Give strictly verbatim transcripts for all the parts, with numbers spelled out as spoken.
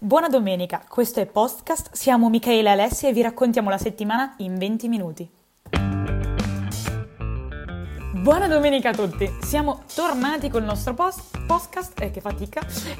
Buona domenica, questo è Podcast, siamo Michaela e Alessia e vi raccontiamo la settimana in venti minuti. Buona domenica a tutti, siamo tornati col nostro post- podcast, eh, che fatica,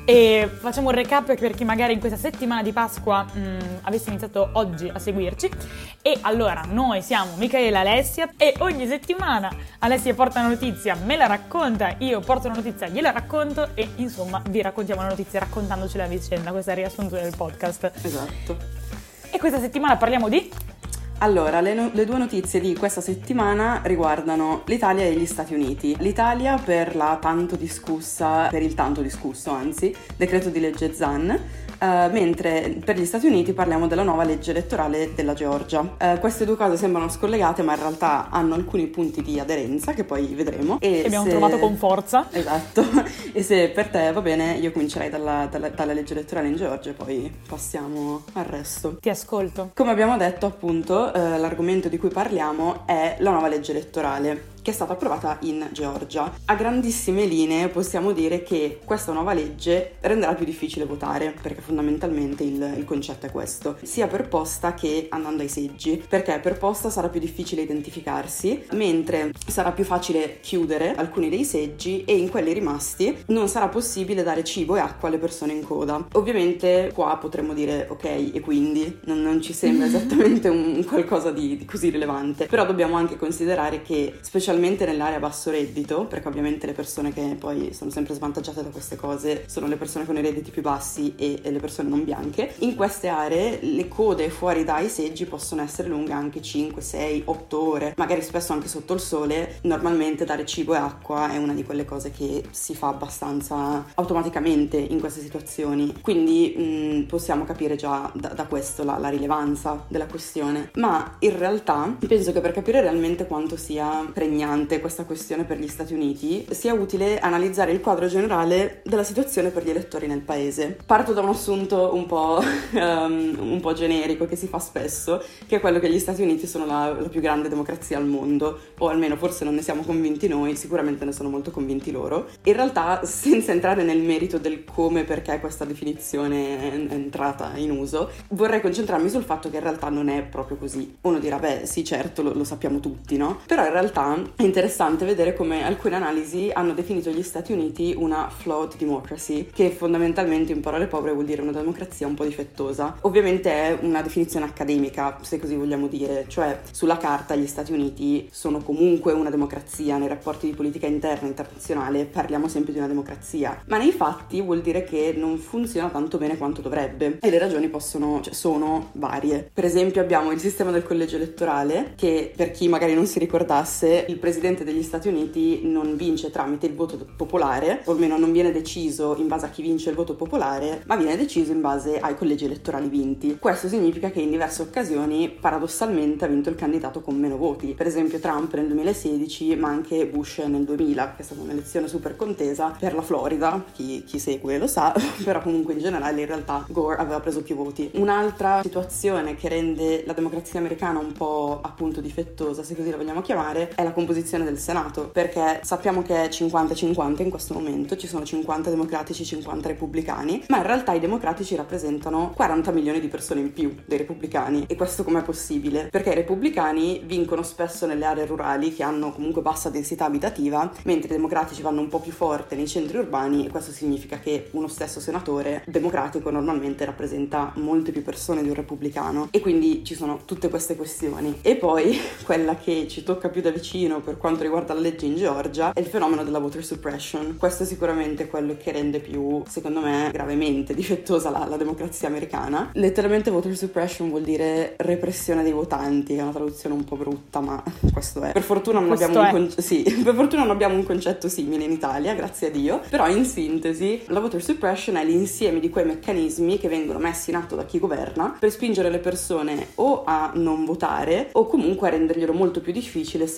e facciamo un recap per chi magari in questa settimana di Pasqua mh, avesse iniziato oggi a seguirci. E allora, noi siamo Michaela e Alessia e ogni settimana Alessia porta una notizia, me la racconta, io porto una notizia, gliela racconto e insomma vi raccontiamo la notizia raccontandocela a vicenda. Questo è il riassunto del podcast. Esatto. E questa settimana parliamo di... Allora, le, no- le due notizie di questa settimana riguardano l'Italia e gli Stati Uniti. L'Italia per la tanto discussa, per il tanto discusso anzi, decreto di legge Zan, Uh, mentre per gli Stati Uniti parliamo della nuova legge elettorale della Georgia. Uh, queste due cose sembrano scollegate, ma in realtà hanno alcuni punti di aderenza che poi vedremo. E che abbiamo se... trovato con forza. Esatto. E se per te va bene, io comincerei dalla, dalla, dalla legge elettorale in Georgia e poi passiamo al resto. Ti ascolto. Come abbiamo detto, appunto, uh, l'argomento di cui parliamo è la nuova legge elettorale, che è stata approvata in Georgia. A grandissime linee possiamo dire che questa nuova legge renderà più difficile votare, perché fondamentalmente il, il concetto è questo, sia per posta che andando ai seggi, perché per posta sarà più difficile identificarsi, mentre sarà più facile chiudere alcuni dei seggi e in quelli rimasti non sarà possibile dare cibo e acqua alle persone in coda. Ovviamente qua potremmo dire ok, e quindi non, non ci sembra esattamente un, un qualcosa di, di così rilevante, però dobbiamo anche considerare che specialmente nell'area a basso reddito, perché ovviamente le persone che poi sono sempre svantaggiate da queste cose sono le persone con i redditi più bassi e, e le persone non bianche, in queste aree le code fuori dai seggi possono essere lunghe anche cinque, sei, otto ore, magari spesso anche sotto il sole. Normalmente dare cibo e acqua è una di quelle cose che si fa abbastanza automaticamente in queste situazioni, quindi mh, possiamo capire già da, da questo la, la rilevanza della questione, ma in realtà penso che per capire realmente quanto sia pregnante questa questione per gli Stati Uniti sia utile analizzare il quadro generale della situazione per gli elettori nel paese. Parto da un assunto un po', um, un po' generico che si fa spesso, che è quello che gli Stati Uniti sono la, la più grande democrazia al mondo, o almeno forse non ne siamo convinti noi, sicuramente ne sono molto convinti loro. In realtà, senza entrare nel merito del come e perché questa definizione è entrata in uso, vorrei concentrarmi sul fatto che in realtà non è proprio così. Uno dirà, beh sì certo, lo, lo sappiamo tutti, no? Però in realtà è interessante vedere come alcune analisi hanno definito gli Stati Uniti una flawed democracy, che fondamentalmente in parole povere vuol dire una democrazia un po' difettosa. Ovviamente è una definizione accademica, se così vogliamo dire, cioè sulla carta gli Stati Uniti sono comunque una democrazia, nei rapporti di politica interna internazionale parliamo sempre di una democrazia, ma nei fatti vuol dire che non funziona tanto bene quanto dovrebbe, e le ragioni possono, cioè, sono varie. Per esempio abbiamo il sistema del collegio elettorale, che per chi magari non si ricordasse, il presidente degli Stati Uniti non vince tramite il voto popolare, o almeno non viene deciso in base a chi vince il voto popolare, ma viene deciso in base ai collegi elettorali vinti. Questo significa che in diverse occasioni paradossalmente ha vinto il candidato con meno voti, per esempio Trump nel duemilasedici, ma anche Bush nel duemila, che è stata un'elezione super contesa per la Florida, chi, chi segue lo sa, però comunque in generale in realtà Gore aveva preso più voti. Un'altra situazione che rende la democrazia americana un po' appunto difettosa, se così la vogliamo chiamare, è la composizione del Senato, perché sappiamo che è cinquanta cinquanta in questo momento, ci sono cinquanta democratici, cinquanta repubblicani, ma in realtà i democratici rappresentano quaranta milioni di persone in più dei repubblicani. E questo com'è possibile? Perché i repubblicani vincono spesso nelle aree rurali che hanno comunque bassa densità abitativa, mentre i democratici vanno un po' più forte nei centri urbani, e questo significa che uno stesso senatore democratico normalmente rappresenta molte più persone di un repubblicano, e quindi ci sono tutte queste questioni. E poi quella che ci tocca più da vicino per quanto riguarda la legge in Georgia è il fenomeno della voter suppression. Questo è sicuramente quello che rende più, secondo me, gravemente difettosa la, la democrazia americana. Letteralmente voter suppression vuol dire repressione dei votanti, che è una traduzione un po' brutta, ma questo è. Per fortuna non questo abbiamo è. un conce- sì, per fortuna non abbiamo un concetto simile in Italia, grazie a Dio. Però in sintesi, la voter suppression è l'insieme di quei meccanismi che vengono messi in atto da chi governa per spingere le persone o a non votare o comunque a renderglielo molto più difficile se non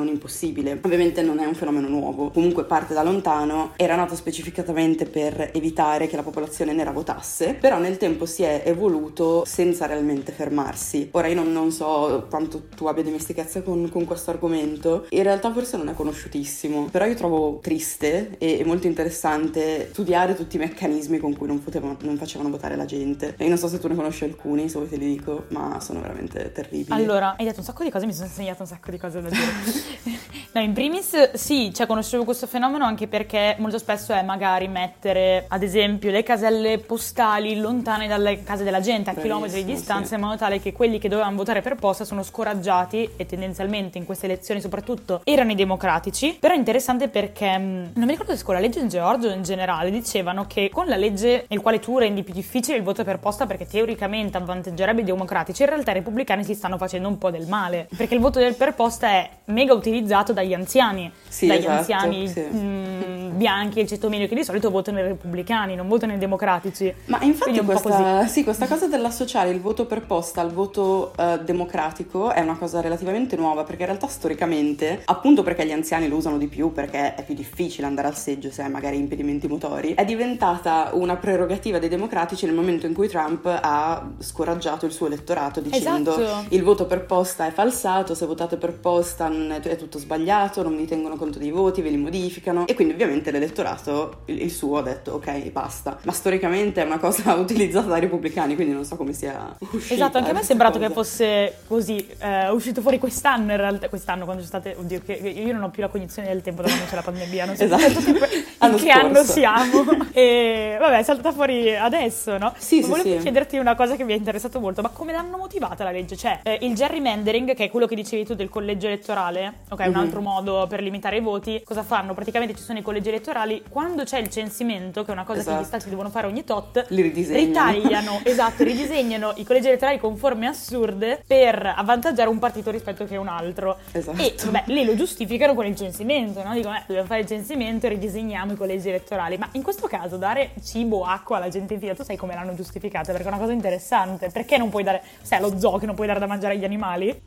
non impossibile. Ovviamente non è un fenomeno nuovo, comunque parte da lontano, era nato specificatamente per evitare che la popolazione nera votasse, però nel tempo si è evoluto senza realmente fermarsi. Ora io non, non so quanto tu abbia dimestichezza con, con questo argomento, in realtà forse non è conosciutissimo, però io trovo triste e, e molto interessante studiare tutti i meccanismi con cui non, potevano, non facevano votare la gente. E io non so se tu ne conosci alcuni, se vuoi te li dico, ma sono veramente terribili. Allora, hai detto un sacco di cose, mi sono insegnato un sacco di cose da dire. No, in primis sì, cioè conoscevo questo fenomeno anche perché molto spesso è magari mettere ad esempio le caselle postali lontane dalle case della gente, a Bravissimo, chilometri di distanza, sì. in modo tale che quelli che dovevano votare per posta sono scoraggiati, e tendenzialmente in queste elezioni soprattutto erano i democratici. Però è interessante perché mh, non mi ricordo se con la legge in Georgia o in generale dicevano che con la legge nel quale tu rendi più difficile il voto per posta perché teoricamente avvantaggerebbe i democratici, in realtà i repubblicani si stanno facendo un po' del male, perché il voto del per posta è mega utilizzato dagli anziani, Sì, dagli esatto, anziani sì. mh, bianchi e il ceto medio, che di solito votano i repubblicani, non votano i democratici. Ma infatti Quindi è un po' questa, così. sì, questa cosa dell'associare il voto per posta al voto eh, democratico è una cosa relativamente nuova, perché in realtà storicamente, appunto perché gli anziani lo usano di più, perché è più difficile andare al seggio se hai magari impedimenti motori, è diventata una prerogativa dei democratici nel momento in cui Trump ha scoraggiato il suo elettorato dicendo Esatto. il voto per posta è falsato, se votate per posta non è, è tutto sbagliato, non vi tengono conto dei voti, ve li modificano, e quindi ovviamente l'elettorato, il, il suo, ha detto ok, basta. Ma storicamente è una cosa utilizzata dai repubblicani, quindi non so come sia uscita. Esatto, anche a me è questa sembrato cosa. che fosse così, eh, uscito fuori quest'anno in realtà, quest'anno quando c'è state, oddio, che io non ho più la cognizione del tempo da quando c'è la pandemia, non so Esatto. tutti que- in Anno che anno scorso. siamo, e vabbè è saltata fuori adesso, no? Sì, Ma sì, volevo sì. chiederti una cosa che mi ha interessato molto, ma come l'hanno motivata la legge? Cioè, eh, il gerrymandering, che è quello che dicevi tu del collegio elettorale, ok, un Mhm. altro modo per limitare i voti, cosa fanno? Praticamente ci sono i collegi elettorali, quando c'è il censimento, che è una cosa che Esatto. gli stati devono fare ogni tot, Li ridisegnano. ritagliano, esatto, ridisegnano i collegi elettorali con forme assurde per avvantaggiare un partito rispetto che un altro. Esatto. E vabbè, lì lo giustificano con il censimento, no? Dicono, eh, dobbiamo fare il censimento e ridisegniamo i collegi elettorali. Ma in questo caso dare cibo, acqua alla gente in fila, tu sai come l'hanno giustificata? Perché è una cosa interessante. Perché non puoi dare, sai, allo zoo che non puoi dare da mangiare agli animali?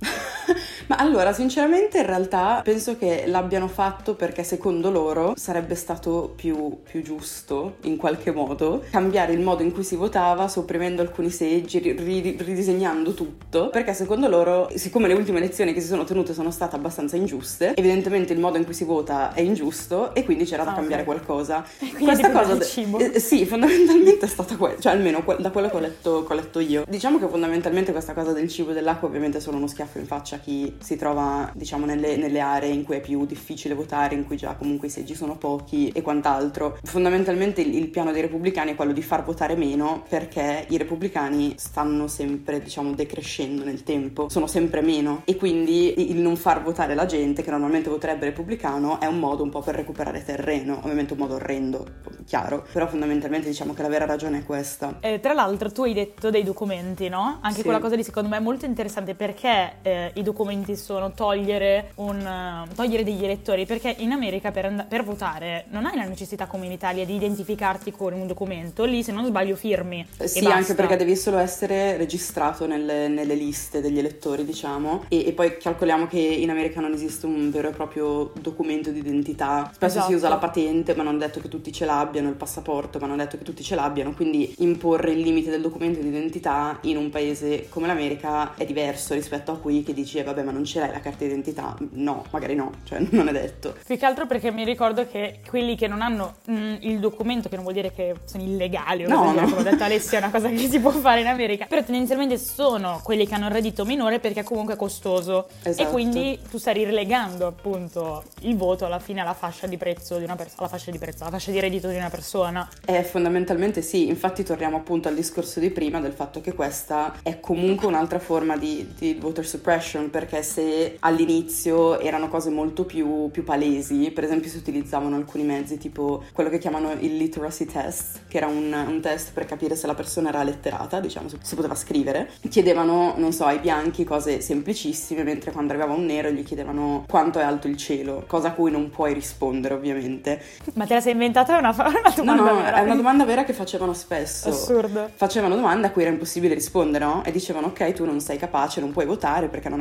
Ma allora, sinceramente, in realtà penso che l'abbiano fatto perché secondo loro sarebbe stato più, più giusto, in qualche modo, cambiare il modo in cui si votava, sopprimendo alcuni seggi, ri- ri- ridisegnando tutto, perché secondo loro, siccome le ultime elezioni che si sono tenute sono state abbastanza ingiuste, evidentemente il modo in cui si vota è ingiusto e quindi c'era da Ah, cambiare ok. qualcosa. quindi Questa dipende cosa dal de- cibo. eh, sì, fondamentalmente è stata quella, cioè almeno que- da quello che ho letto, che ho letto io. Diciamo che fondamentalmente questa cosa del cibo e dell'acqua ovviamente è solo uno schiaffo in faccia a chi si trova, diciamo, nelle, nelle aree in cui è più difficile votare, in cui già comunque i seggi sono pochi e quant'altro. Fondamentalmente il, il piano dei repubblicani è quello di far votare meno, perché i repubblicani stanno sempre, diciamo, decrescendo nel tempo, sono sempre meno, e quindi il non far votare la gente che normalmente voterebbe repubblicano è un modo un po' per recuperare terreno, ovviamente un modo orrendo, chiaro, però fondamentalmente diciamo che la vera ragione è questa. Eh, tra l'altro tu hai detto dei documenti, no? Anche Sì. quella cosa lì secondo me è molto interessante, perché eh, i documenti sono togliere, un, uh, togliere degli elettori, perché in America per, and- per votare non hai la necessità come in Italia di identificarti con un documento, lì se non sbaglio firmi Eh, e Sì, basta. anche perché devi solo essere registrato nelle, nelle liste degli elettori, diciamo, e, e poi calcoliamo che in America non esiste un vero e proprio documento di identità. Spesso Esatto. si usa la patente, ma non è detto che tutti ce l'abbiano, il passaporto, ma non è detto che tutti ce l'abbiano, quindi imporre il limite del documento di identità in un paese come l'America è diverso rispetto a qui che dici, eh, vabbè, ma non ce l'hai la carta di identità? No, magari no, cioè non è detto. Più che altro perché mi ricordo che quelli che non hanno mh, il documento, che non vuol dire che sono illegali, o No, così, no. come ha detto Alessia, è una cosa che si può fare in America, però tendenzialmente sono quelli che hanno il reddito minore perché comunque è costoso. Esatto. E quindi tu stai rilegando appunto il voto alla fine alla fascia di prezzo di una persona, alla fascia di prezzo, alla fascia di reddito di una persona. Eh, fondamentalmente sì, infatti torniamo appunto al discorso di prima del fatto che questa è comunque un'altra forma di, di voter suppression, perché se all'inizio erano cose molto più, più palesi, per esempio si utilizzavano alcuni mezzi tipo quello che chiamano il literacy test, che era un, un test per capire se la persona era letterata, diciamo, se, se poteva scrivere, chiedevano, non so, ai bianchi cose semplicissime, mentre quando arrivava un nero gli chiedevano quanto è alto il cielo, cosa a cui non puoi rispondere ovviamente. Ma te la sei inventata? È una, una No, domanda no, vera. è una domanda vera che facevano spesso. Assurdo. Facevano domande a cui era impossibile rispondere, no? E dicevano ok, tu non sei capace, non puoi votare perché non hai facoltà,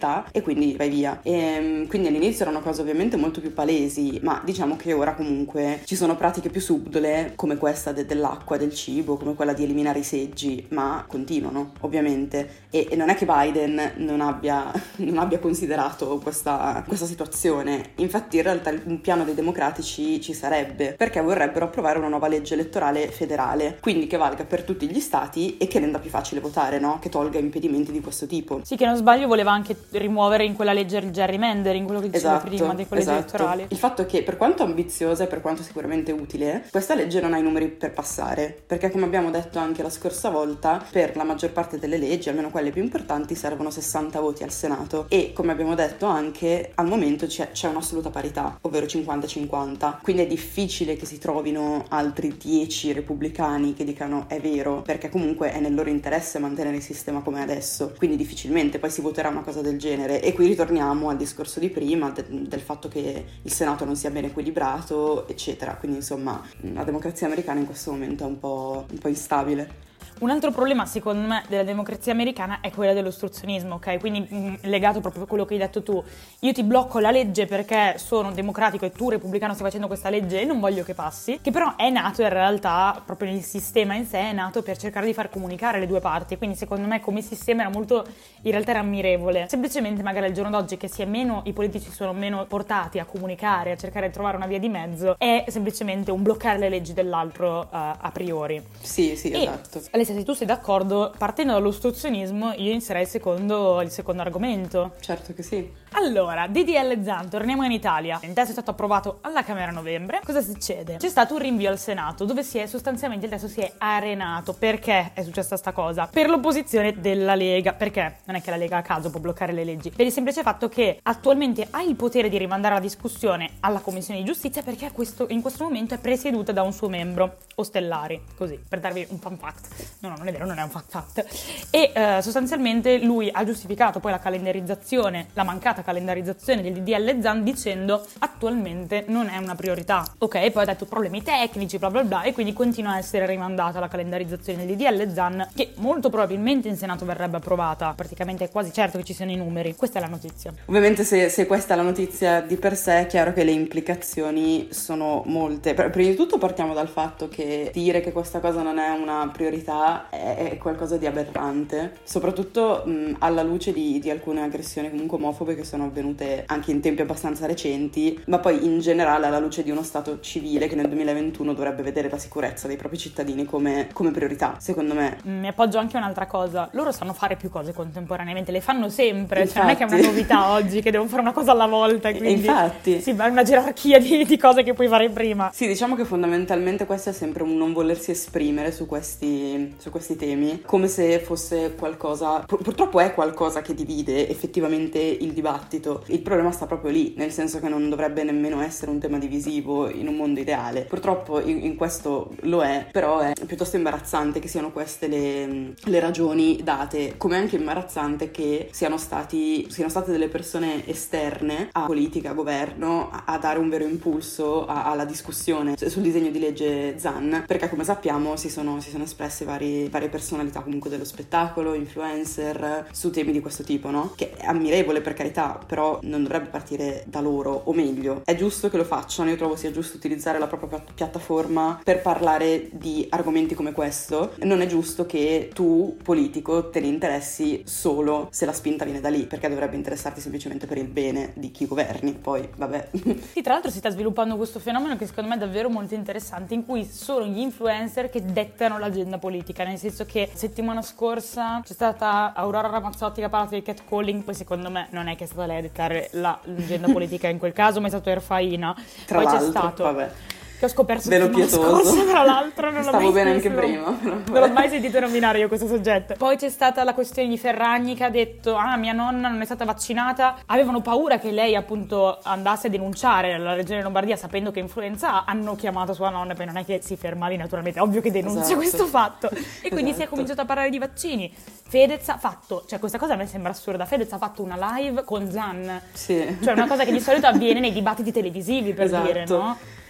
città e quindi vai via. E quindi all'inizio erano cose ovviamente molto più palesi, ma diciamo che ora comunque ci sono pratiche più subdole come questa de- dell'acqua, del cibo, come quella di eliminare i seggi, ma continuano ovviamente, e, e non è che Biden non abbia, non abbia considerato questa, questa situazione. Infatti in realtà un piano dei democratici ci sarebbe, perché vorrebbero approvare una nuova legge elettorale federale, quindi che valga per tutti gli stati e che renda più facile votare, no? Che tolga impedimenti di questo tipo. Sì, che non sbaglio voleva anche rimuovere in quella legge il gerrymandering, quello che dicevo Esatto, prima, di quelle esatto. leggi elettorali. Il fatto è che, per quanto ambiziosa e per quanto sicuramente utile, questa legge non ha i numeri per passare, perché come abbiamo detto anche la scorsa volta, per la maggior parte delle leggi, almeno quelle più importanti, servono sessanta voti al Senato, e come abbiamo detto anche al momento c'è, c'è un'assoluta parità, ovvero cinquanta cinquanta, quindi è difficile che si trovino altri dieci repubblicani che dicano è vero, perché comunque è nel loro interesse mantenere il sistema come adesso, quindi difficilmente poi si voterà una cosa del genere. E qui ritorniamo al discorso di prima de- del fatto che il Senato non sia ben equilibrato, eccetera. Quindi insomma la democrazia americana in questo momento è un po', un po' instabile. Un altro problema, secondo me, della democrazia americana è quella dell'ostruzionismo, ok? Quindi mh, legato proprio a quello che hai detto tu. Io ti blocco la legge perché sono democratico e tu, repubblicano, stai facendo questa legge e non voglio che passi, che però è nato in realtà, proprio nel sistema in sé, è nato per cercare di far comunicare le due parti. Quindi secondo me come sistema era molto, in realtà era ammirevole. Semplicemente magari al giorno d'oggi che si è meno, i politici sono meno portati a comunicare, a cercare di trovare una via di mezzo, è semplicemente un bloccare le leggi dell'altro uh, a priori. Sì, sì, e, esatto. Se tu sei d'accordo, partendo dall'ostruzionismo, io inizierei il secondo, il secondo argomento. Certo che sì. Allora, D D L Zan, torniamo in Italia. Il testo è stato approvato alla Camera a novembre. Cosa succede? C'è stato un rinvio al Senato dove si è sostanzialmente il testo si è arenato. Perché è successa sta cosa? Per l'opposizione della Lega. Perché? Non è che la Lega a caso può bloccare le leggi. Per il semplice fatto che attualmente ha il potere di rimandare la discussione alla Commissione di Giustizia perché questo, in questo momento è presieduta da un suo membro, Ostellari. Così, per darvi un fun fact. No, no, non è vero, non è un fun fact. E eh, sostanzialmente lui ha giustificato poi la calendarizzazione, la mancata calendarizzazione del D D L Zan dicendo attualmente non è una priorità. Ok, poi ha detto problemi tecnici, bla bla bla, e quindi continua a essere rimandata la calendarizzazione del D D L Zan, che molto probabilmente in Senato verrebbe approvata. Praticamente è quasi certo che ci siano i numeri. Questa è la notizia. Ovviamente se, se questa è la notizia di per sé, è chiaro che le implicazioni sono molte. Prima di tutto partiamo dal fatto che dire che questa cosa non è una priorità è qualcosa di aberrante, soprattutto mh, alla luce di, di alcune aggressioni comunque omofobe che sono avvenute anche in tempi abbastanza recenti, ma poi in generale alla luce di uno stato civile che nel duemilaventuno dovrebbe vedere la sicurezza dei propri cittadini come, come priorità, secondo me. Mi appoggio anche a un'altra cosa, loro sanno fare più cose contemporaneamente, le fanno sempre. Infatti. Cioè non è che è una novità oggi che devono fare una cosa alla volta, quindi infatti sì, è una gerarchia di, di cose che puoi fare prima. Sì, diciamo che fondamentalmente questo è sempre un non volersi esprimere su questi, su questi temi, come se fosse qualcosa, pur- purtroppo è qualcosa che divide effettivamente il dibattito. Il problema sta proprio lì, nel senso che non dovrebbe nemmeno essere un tema divisivo in un mondo ideale. Purtroppo in, in questo lo è, però è piuttosto imbarazzante che siano queste le, le ragioni date, come anche imbarazzante che siano stati siano state delle persone esterne a politica, a governo, a, a dare un vero impulso a, alla discussione sul disegno di legge Zan, perché come sappiamo si sono, si sono espresse vari, varie personalità comunque dello spettacolo, influencer, su temi di questo tipo, no? Che è ammirevole per carità, però non dovrebbe partire da loro, o meglio, è giusto che lo facciano, io trovo sia giusto utilizzare la propria piattaforma per parlare di argomenti come questo, non è giusto che tu, politico, te ne interessi solo se la spinta viene da lì, perché dovrebbe interessarti semplicemente per il bene di chi governi, poi vabbè. Sì, tra l'altro si sta sviluppando questo fenomeno che secondo me è davvero molto interessante, in cui sono gli influencer che dettano l'agenda politica, nel senso che settimana scorsa c'è stata Aurora Ramazzotti che ha parlato di catcalling, poi secondo me non è che è stata lei a dettare la, l'agenda politica in quel caso, ma è stato Erfaina. Tra poi l'altro, c'è stato vabbè. Che ho scoperto Velo settimana pietoso. scorsa, tra l'altro non l'ho Stavo mai bene anche sentito. prima. Non l'ho mai sentito nominare io questo soggetto. Poi c'è stata la questione di Ferragni che ha detto ah, mia nonna non è stata vaccinata. Avevano paura che lei appunto andasse a denunciare la regione Lombardia sapendo che influenza ha. Hanno chiamato sua nonna, poi non è che si ferma lì naturalmente, è ovvio che denuncia Esatto. questo fatto. E quindi Esatto. si è cominciato a parlare di vaccini. Fedez ha fatto, cioè questa cosa a me sembra assurda, Fedez ha fatto una live con Zan. Sì. Cioè una cosa che di solito avviene nei dibattiti televisivi, per Esatto. dire, no?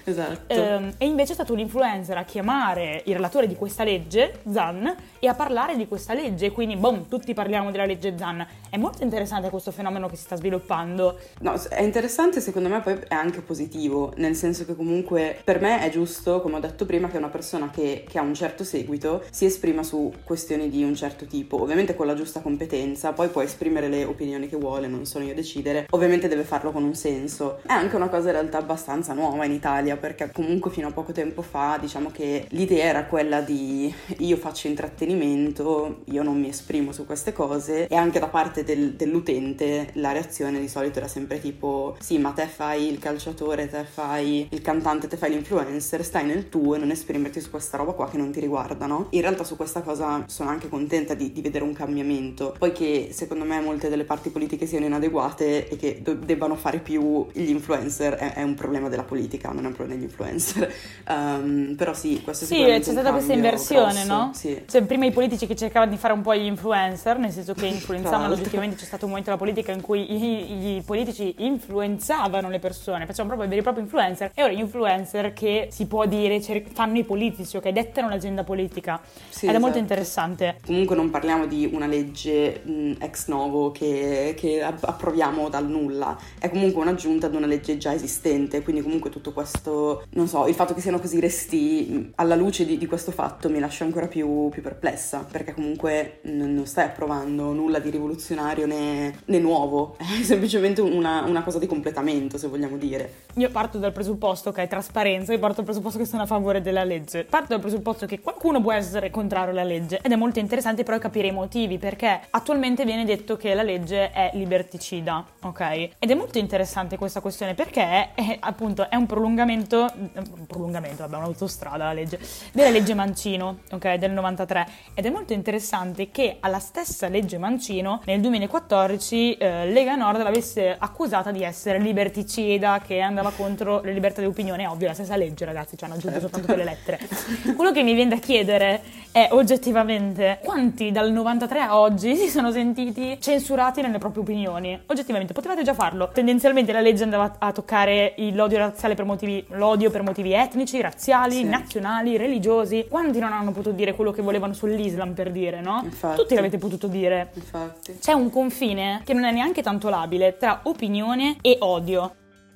Esatto. Ehm, e invece è stato un influencer a chiamare il relatore di questa legge, Zan, e a parlare di questa legge, quindi boom, tutti parliamo della legge Zan. È molto interessante questo fenomeno che si sta sviluppando. No, è interessante, secondo me poi è anche positivo, nel senso che comunque per me è giusto, come ho detto prima, che una persona che, che ha un certo seguito si esprima su questioni di un certo tipo, ovviamente con la giusta competenza, poi può esprimere le opinioni che vuole, non sono io a decidere, ovviamente deve farlo con un senso. È anche una cosa in realtà abbastanza nuova in Italia, perché comunque fino a poco tempo fa diciamo che l'idea era quella di io faccio intrattenimento, io non mi esprimo su queste cose, e anche da parte del, dell'utente la reazione di solito era sempre tipo sì, ma te fai il calciatore, te fai il cantante, te fai l'influencer, stai nel tuo e non esprimerti su questa roba qua che non ti riguarda, no? In realtà su questa cosa sono anche contenta di, di vedere un cambiamento, poi che secondo me molte delle parti politiche siano inadeguate e che do- debbano fare più gli influencer è, è un problema della politica, non è un problema degli influencer. Um, però sì, questo sì, c'è stata questa inversione, grosso, no? Sì. Cioè, prima i politici che cercavano di fare un po' gli influencer, nel senso che influenzavano, oggettivamente c'è stato un momento della politica in cui i, i politici influenzavano le persone, facevano proprio i veri e propri influencer, e ora gli influencer che si può dire cer- fanno i politici, ok, dettano l'agenda politica. Sì, ed è esatto. molto interessante. Comunque non parliamo di una legge mh, ex novo che, che approviamo dal nulla, è comunque un'aggiunta ad una legge già esistente, quindi comunque tutto questo, non so, il fatto che siano così resti alla luce di, di questo fatto mi lascia ancora più, più perplessa, perché comunque n- non stai approvando nulla di rivoluzionario né, né nuovo, è semplicemente una, una cosa di completamento, se vogliamo dire. Io parto dal presupposto, ok, trasparenza, io parto dal presupposto che sono a favore della legge, parto dal presupposto che qualcuno può essere contrario alla legge, ed è molto interessante però capire i motivi, perché attualmente viene detto che la legge è liberticida, ok? Ed è molto interessante questa questione perché è, appunto è un prolungamento, un prolungamento, vabbè, un'autostrada la legge, della legge Mancino, ok, del novantatré, ed è molto interessante che alla stessa legge Mancino nel duemilaquattordici eh, Lega Nord l'avesse accusata di essere liberticida, che andava contro le libertà di opinione. È ovvio, la stessa legge, ragazzi, ci hanno aggiunto certo. soltanto quelle lettere. Quello che mi viene da chiedere è oggettivamente quanti dal novantatré a oggi si sono sentiti censurati nelle proprie opinioni. Oggettivamente potevate già farlo. Tendenzialmente la legge andava a toccare l'odio razziale per motivi l'odio per motivi etnici, razziali, sì. nazionali, religiosi. Quanti non hanno potuto dire quello che volevano sull'Islam, per dire, no? Infatti. Tutti l'avete potuto dire. Infatti. C'è un confine che non è neanche tanto labile tra opinione e odio.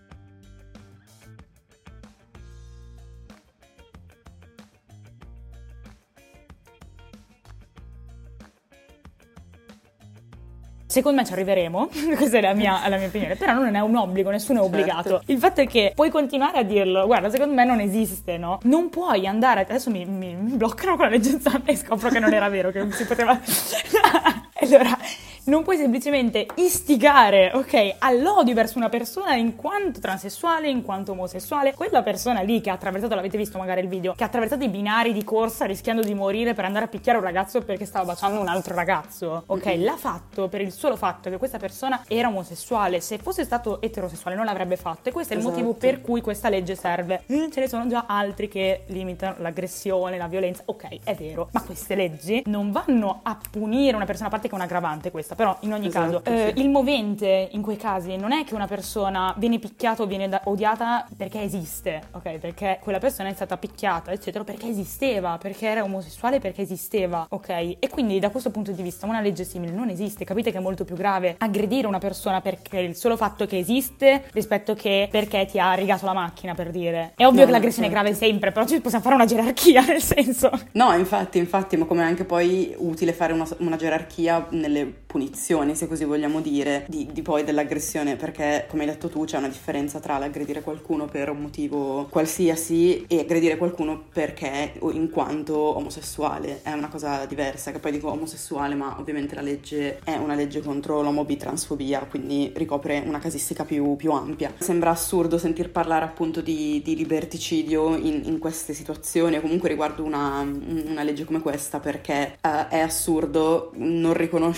Secondo me ci arriveremo, questa è la mia, la mia opinione, però non è un obbligo, nessuno è obbligato. Certo. Il fatto è che puoi continuare a dirlo, guarda, secondo me non esiste, no? Non puoi andare, adesso mi, mi, mi bloccano con la legge Zan e scopro che non era vero, che non si poteva... Allora... non puoi semplicemente istigare, ok, all'odio verso una persona in quanto transessuale, in quanto omosessuale. Quella persona lì che ha attraversato, l'avete visto magari il video, che ha attraversato i binari di corsa rischiando di morire per andare a picchiare un ragazzo perché stava baciando un altro ragazzo, ok, mm-hmm. l'ha fatto per il solo fatto che questa persona era omosessuale. Se fosse stato eterosessuale non l'avrebbe fatto, e questo è il esatto. motivo per cui questa legge serve. Mm, ce ne sono già altri che limitano l'aggressione, la violenza, ok, è vero, ma queste leggi non vanno a punire una persona, a parte che è un aggravante questa, però in ogni esatto, caso eh, sì. il movente in quei casi non è che una persona viene picchiata o viene da- odiata perché esiste, ok, perché quella persona è stata picchiata eccetera perché esisteva, perché era omosessuale, perché esisteva, ok, e quindi da questo punto di vista una legge simile non esiste. Capite che è molto più grave aggredire una persona perché il solo fatto che esiste rispetto che perché ti ha rigato la macchina, per dire. È ovvio no, che l'aggressione certo. è grave sempre, però ci possiamo fare una gerarchia, nel senso, no, infatti infatti ma come è anche poi utile fare una, una gerarchia nelle punizioni, se così vogliamo dire, di, di poi dell'aggressione, perché come hai detto tu c'è una differenza tra l'aggredire qualcuno per un motivo qualsiasi e aggredire qualcuno perché o in quanto omosessuale. È una cosa diversa, che poi dico omosessuale, ma ovviamente la legge è una legge contro l'omobitransfobia, quindi ricopre una casistica più, più ampia. Sembra assurdo sentir parlare appunto di, di liberticidio in, in queste situazioni, o comunque riguardo una, una legge come questa, perché uh, è assurdo non riconoscere i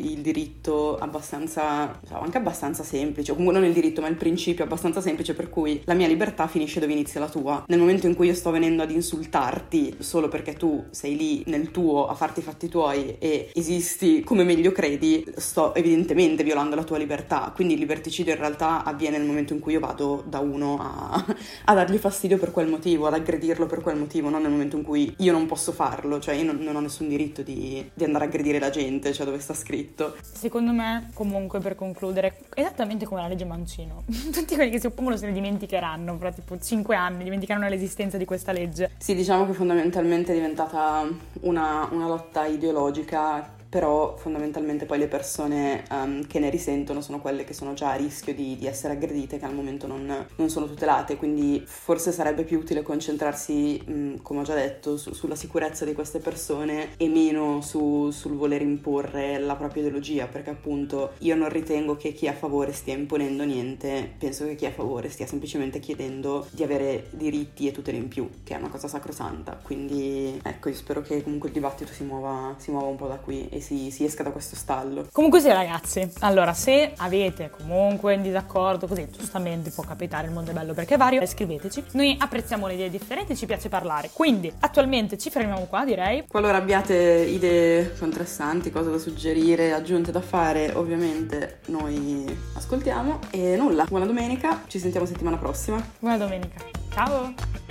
il diritto abbastanza, anche abbastanza semplice, o comunque non il diritto ma il principio abbastanza semplice per cui la mia libertà finisce dove inizia la tua. Nel momento in cui io sto venendo ad insultarti solo perché tu sei lì nel tuo a farti i fatti tuoi e esisti come meglio credi, sto evidentemente violando la tua libertà. Quindi il liberticidio in realtà avviene nel momento in cui io vado da uno a, a dargli fastidio per quel motivo, ad aggredirlo per quel motivo, non nel momento in cui io non posso farlo, cioè io non, non ho nessun diritto di, di andare a aggredire la gente, cioè dove sta scritto. Secondo me, comunque, per concludere, esattamente come la legge Mancino, tutti quelli che si oppongono se ne dimenticheranno, fra tipo cinque anni dimenticheranno l'esistenza di questa legge. Sì, diciamo che fondamentalmente è diventata una, una lotta ideologica, però fondamentalmente poi le persone um, che ne risentono sono quelle che sono già a rischio di, di essere aggredite, che al momento non, non sono tutelate, quindi forse sarebbe più utile concentrarsi, mh, come ho già detto, su, sulla sicurezza di queste persone e meno su, sul voler imporre la propria ideologia, perché appunto io non ritengo che chi è a favore stia imponendo niente, penso che chi è a favore stia semplicemente chiedendo di avere diritti e tutele in più, che è una cosa sacrosanta. Quindi ecco, io spero che comunque il dibattito si muova, si muova un po' da qui e Si, si esca da questo stallo. Comunque sì, ragazzi, allora se avete comunque in disaccordo, così giustamente può capitare, il mondo è bello perché è vario, scriveteci, noi apprezziamo le idee differenti, ci piace parlare, quindi attualmente ci fermiamo qua, direi. Qualora abbiate idee contrastanti, cose da suggerire, aggiunte da fare, ovviamente noi ascoltiamo. E nulla, buona domenica, ci sentiamo settimana prossima. Buona domenica, ciao!